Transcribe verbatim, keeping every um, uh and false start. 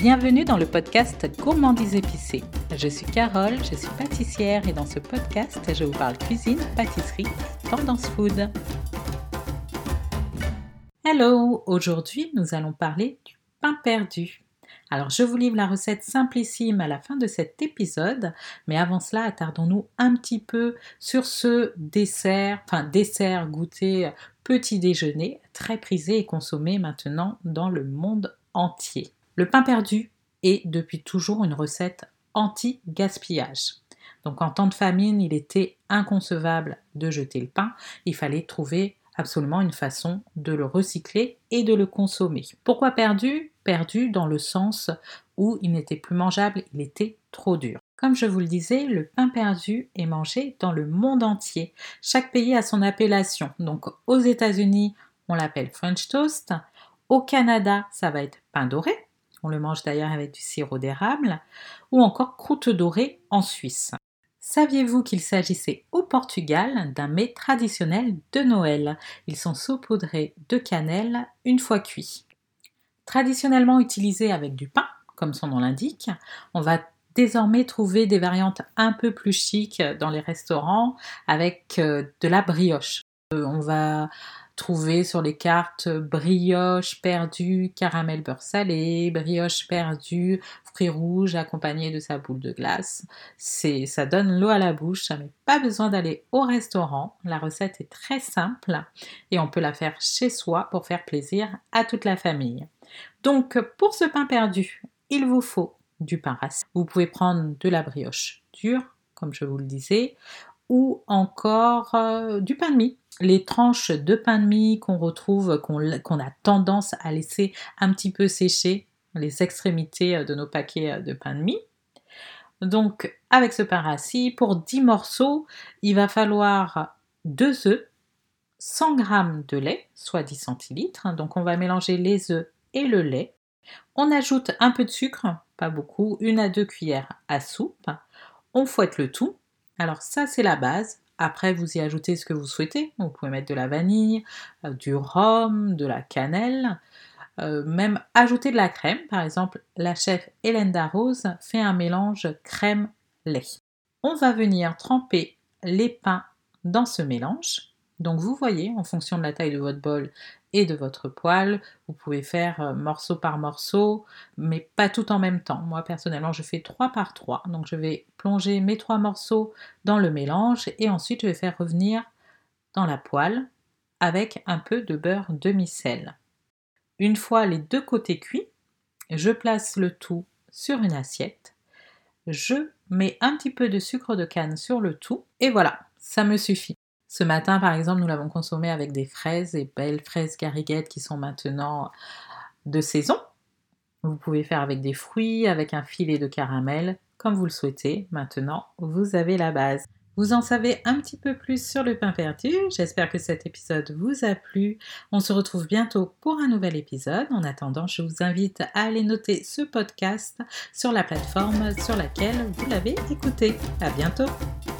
Bienvenue dans le podcast Gourmandise épicée. Je suis Carole, je suis pâtissière et dans ce podcast, je vous parle cuisine, pâtisserie et tendance food. Hello, aujourd'hui nous allons parler du pain perdu. Alors je vous livre la recette simplissime à la fin de cet épisode, mais avant cela attardons-nous un petit peu sur ce dessert, enfin dessert goûter petit déjeuner très prisé et consommé maintenant dans le monde entier. Le pain perdu est depuis toujours une recette anti-gaspillage. Donc en temps de famine, il était inconcevable de jeter le pain, il fallait trouver absolument une façon de le recycler et de le consommer. Pourquoi perdu ? Perdu dans le sens où il n'était plus mangeable, il était trop dur. Comme je vous le disais, le pain perdu est mangé dans le monde entier. Chaque pays a son appellation. Donc aux États-Unis, on l'appelle French toast. Au Canada, ça va être pain doré. On le mange d'ailleurs avec du sirop d'érable. Ou encore croûte dorée en Suisse. Saviez-vous qu'il s'agissait au Portugal d'un mets traditionnel de Noël ? Ils sont saupoudrés de cannelle une fois cuits. Traditionnellement utilisé avec du pain, comme son nom l'indique, on va désormais trouver des variantes un peu plus chics dans les restaurants avec de la brioche. On va trouver sur les cartes brioche perdue, caramel beurre salé, brioche perdue, fruits rouges accompagnés de sa boule de glace. C'est, ça donne l'eau à la bouche, ça n'a pas besoin d'aller au restaurant. La recette est très simple et on peut la faire chez soi pour faire plaisir à toute la famille. Donc pour ce pain perdu, il vous faut du pain rassis. Vous pouvez prendre de la brioche dure, comme je vous le disais, ou encore euh, du pain de mie. Les tranches de pain de mie qu'on retrouve, qu'on, qu'on a tendance à laisser un petit peu sécher, les extrémités de nos paquets de pain de mie. Donc avec ce pain rassis, pour dix morceaux, il va falloir deux œufs, cent grammes de lait, soit dix centilitres. Donc on va mélanger les œufs et le lait. On ajoute un peu de sucre, pas beaucoup, une à deux cuillères à soupe. On fouette le tout. Alors ça, c'est la base. Après, vous y ajoutez ce que vous souhaitez. Vous pouvez mettre de la vanille, euh, du rhum, de la cannelle, euh, même ajouter de la crème. Par exemple, la chef Hélène Darroze fait un mélange crème-lait. On va venir tremper les pains dans ce mélange. Donc vous voyez, en fonction de la taille de votre bol et de votre poêle, vous pouvez faire euh, morceau par morceau, mais pas tout en même temps. Moi personnellement, je fais trois par trois. Donc je vais plonger mes trois morceaux dans le mélange et ensuite je vais faire revenir dans la poêle avec un peu de beurre demi-sel. Une fois les deux côtés cuits, je place le tout sur une assiette. Je mets un petit peu de sucre de canne sur le tout et voilà, ça me suffit. Ce matin, par exemple, nous l'avons consommé avec des fraises, des belles fraises gariguettes qui sont maintenant de saison. Vous pouvez faire avec des fruits, avec un filet de caramel, comme vous le souhaitez. Maintenant, vous avez la base. Vous en savez un petit peu plus sur le pain perdu. J'espère que cet épisode vous a plu. On se retrouve bientôt pour un nouvel épisode. En attendant, je vous invite à aller noter ce podcast sur la plateforme sur laquelle vous l'avez écouté. À bientôt!